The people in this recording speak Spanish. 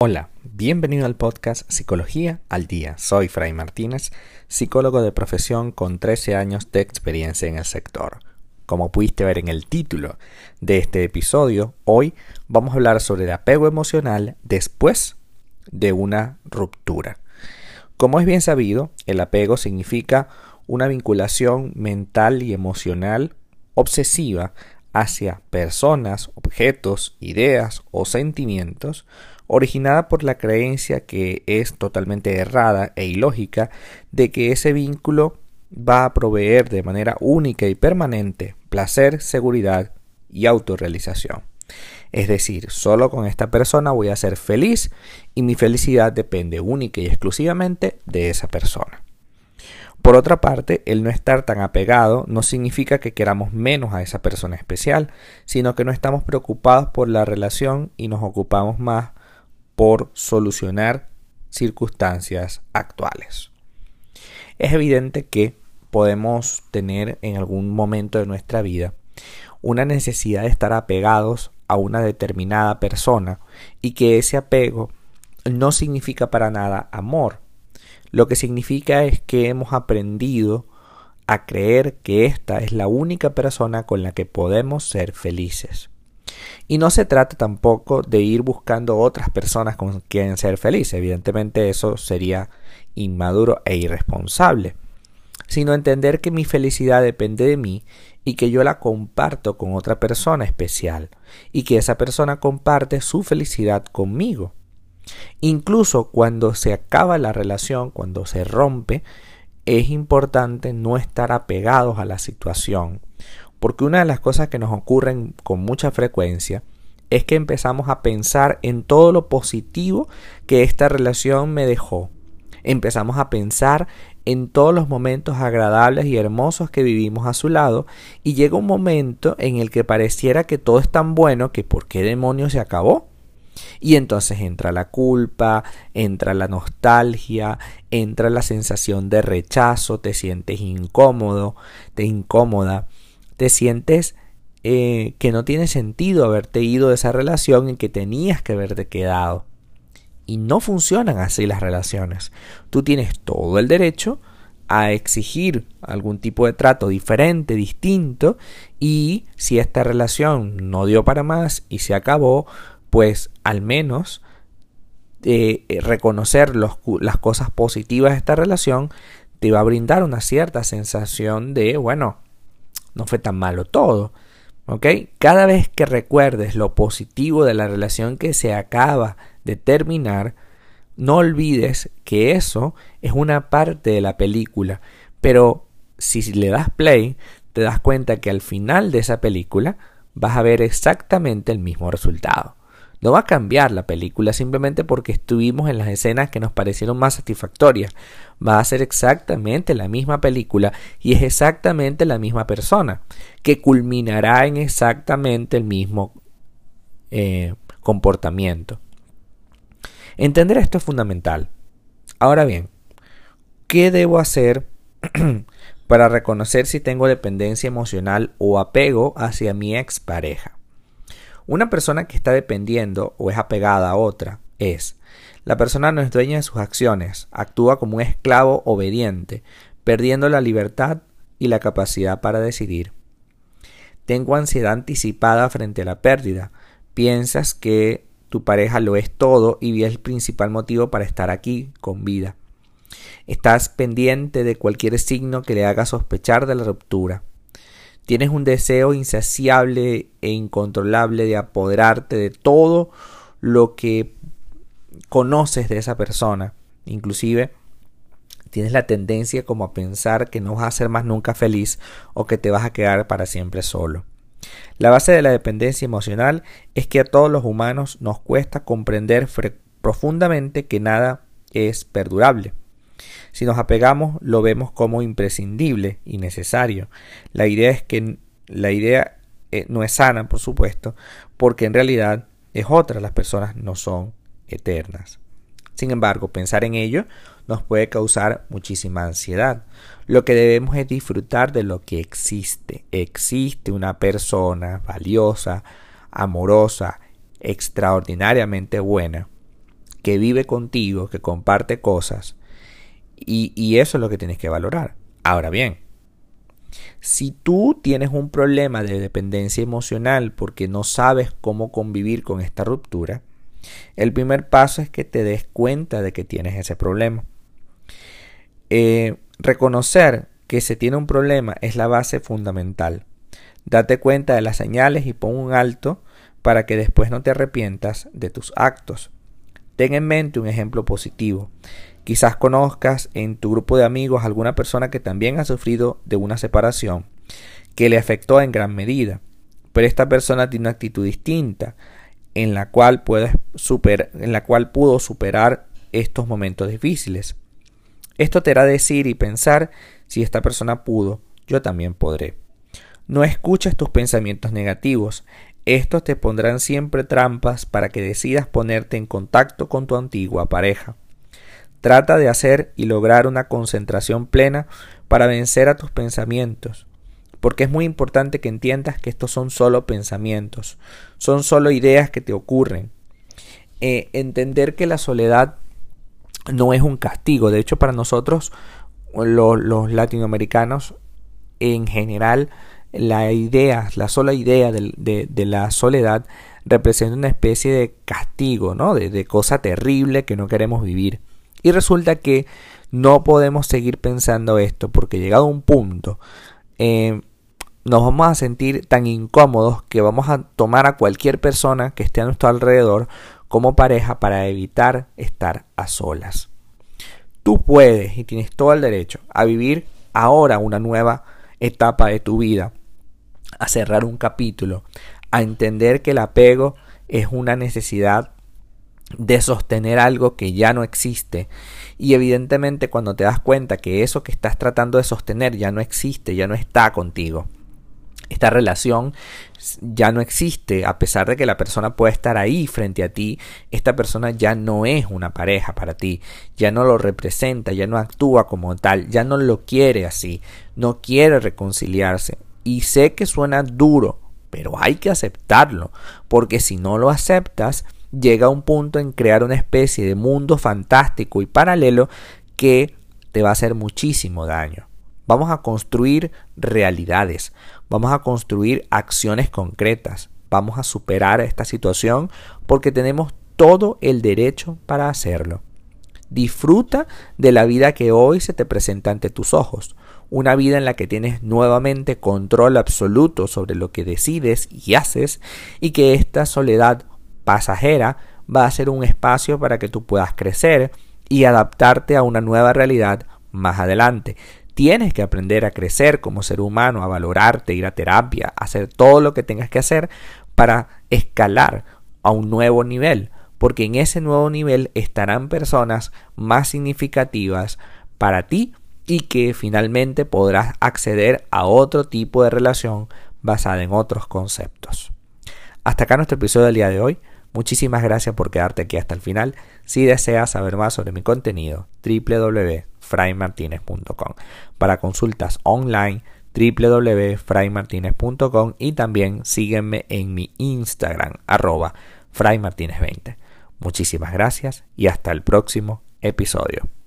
Hola, bienvenido al podcast Psicología al Día. Soy Fray Martínez, psicólogo de profesión con 13 años de experiencia en el sector. Como pudiste ver en el título de este episodio, hoy vamos a hablar sobre el apego emocional después de una ruptura. Como es bien sabido, el apego significa una vinculación mental y emocional obsesiva hacia personas, objetos, ideas o sentimientos, originada por la creencia que es totalmente errada e ilógica de que ese vínculo va a proveer de manera única y permanente placer, seguridad y autorrealización. Es decir, solo con esta persona voy a ser feliz y mi felicidad depende única y exclusivamente de esa persona. Por otra parte, el no estar tan apegado no significa que queramos menos a esa persona especial, sino que no estamos preocupados por la relación y nos ocupamos más por solucionar circunstancias actuales. Es evidente que podemos tener en algún momento de nuestra vida una necesidad de estar apegados a una determinada persona y que ese apego no significa para nada amor. Lo que significa es que hemos aprendido a creer que esta es la única persona con la que podemos ser felices. Y no se trata tampoco de ir buscando otras personas con quien ser feliz. Evidentemente eso sería inmaduro e irresponsable. Sino entender que mi felicidad depende de mí y que yo la comparto con otra persona especial. Y que esa persona comparte su felicidad conmigo. Incluso cuando se acaba la relación, cuando se rompe, es importante no estar apegados a la situación. Porque una de las cosas que nos ocurren con mucha frecuencia es que empezamos a pensar en todo lo positivo que esta relación me dejó. Empezamos a pensar en todos los momentos agradables y hermosos que vivimos a su lado y llega un momento en el que pareciera que todo es tan bueno que ¿por qué demonios se acabó? Y entonces entra la culpa, entra la nostalgia, entra la sensación de rechazo, te sientes incómoda, te sientes que no tiene sentido haberte ido de esa relación en que tenías que haberte quedado. Y no funcionan así las relaciones. Tú tienes todo el derecho a exigir algún tipo de trato diferente, distinto, y si esta relación no dio para más y se acabó, pues al menos reconocer las cosas positivas de esta relación te va a brindar una cierta sensación de, bueno, no fue tan malo todo, ¿ok? Cada vez que recuerdes lo positivo de la relación que se acaba de terminar, no olvides que eso es una parte de la película, pero si le das play, te das cuenta que al final de esa película vas a ver exactamente el mismo resultado. No va a cambiar la película simplemente porque estuvimos en las escenas que nos parecieron más satisfactorias. Va a ser exactamente la misma película y es exactamente la misma persona que culminará en exactamente el mismo comportamiento. Entender esto es fundamental. Ahora bien, ¿qué debo hacer para reconocer si tengo dependencia emocional o apego hacia mi expareja? Una persona que está dependiendo o es apegada a otra la persona no es dueña de sus acciones, actúa como un esclavo obediente, perdiendo la libertad y la capacidad para decidir. Tengo ansiedad anticipada frente a la pérdida. Piensas que tu pareja lo es todo y es el principal motivo para estar aquí con vida. Estás pendiente de cualquier signo que le haga sospechar de la ruptura. Tienes un deseo insaciable e incontrolable de apoderarte de todo lo que conoces de esa persona. Inclusive tienes la tendencia como a pensar que no vas a ser más nunca feliz o que te vas a quedar para siempre solo. La base de la dependencia emocional es que a todos los humanos nos cuesta comprender profundamente que nada es perdurable. Si nos apegamos, lo vemos como imprescindible y necesario. La idea no es sana, por supuesto, porque en realidad es otra. Las personas no son eternas. Sin embargo, pensar en ello nos puede causar muchísima ansiedad. Lo que debemos es disfrutar de lo que existe. Existe una persona valiosa, amorosa, extraordinariamente buena, que vive contigo, que comparte cosas, y eso es lo que tienes que valorar. Ahora bien, si tú tienes un problema de dependencia emocional porque no sabes cómo convivir con esta ruptura, el primer paso es que te des cuenta de que tienes ese problema. Reconocer que se tiene un problema es la base fundamental. Date cuenta de las señales y pon un alto para que después no te arrepientas de tus actos. Ten en mente un ejemplo positivo. Quizás conozcas en tu grupo de amigos alguna persona que también ha sufrido de una separación que le afectó en gran medida, pero esta persona tiene una actitud distinta en la cual pudo superar estos momentos difíciles. Esto te hará decir y pensar: si esta persona pudo, yo también podré. No escuches tus pensamientos negativos. Estos te pondrán siempre trampas para que decidas ponerte en contacto con tu antigua pareja. Trata de hacer y lograr una concentración plena para vencer a tus pensamientos, porque es muy importante que entiendas que estos son solo pensamientos, son solo ideas que te ocurren. Entender que la soledad no es un castigo. De hecho, para nosotros, los latinoamericanos en general, la sola idea de la soledad representa una especie de castigo, ¿no? De cosa terrible que no queremos vivir. Y resulta que no podemos seguir pensando esto, porque llegado a un punto nos vamos a sentir tan incómodos que vamos a tomar a cualquier persona que esté a nuestro alrededor como pareja para evitar estar a solas. Tú puedes y tienes todo el derecho a vivir ahora una nueva etapa de tu vida, a cerrar un capítulo, a entender que el apego es una necesidad de sostener algo que ya no existe, y evidentemente cuando te das cuenta que eso que estás tratando de sostener ya no existe, ya no está contigo, esta relación ya no existe, a pesar de que la persona puede estar ahí frente a ti, esta persona ya no es una pareja para ti, ya no lo representa, ya no actúa como tal, ya no lo quiere así, no quiere reconciliarse. Y sé que suena duro, pero hay que aceptarlo, porque si no lo aceptas, llega un punto en crear una especie de mundo fantástico y paralelo que te va a hacer muchísimo daño. Vamos a construir realidades, vamos a construir acciones concretas, vamos a superar esta situación porque tenemos todo el derecho para hacerlo. Disfruta de la vida que hoy se te presenta ante tus ojos, una vida en la que tienes nuevamente control absoluto sobre lo que decides y haces, y que esta soledad pasajera va a ser un espacio para que tú puedas crecer y adaptarte a una nueva realidad más adelante. Tienes que aprender a crecer como ser humano, a valorarte, ir a terapia, a hacer todo lo que tengas que hacer para escalar a un nuevo nivel, porque en ese nuevo nivel estarán personas más significativas para ti y que finalmente podrás acceder a otro tipo de relación basada en otros conceptos. Hasta acá nuestro episodio del día de hoy. Muchísimas gracias por quedarte aquí hasta el final. Si deseas saber más sobre mi contenido, www.fraymartinez.com. Para consultas online, www.fraymartinez.com, y también sígueme en mi Instagram, @fraymartinez20. Muchísimas gracias y hasta el próximo episodio.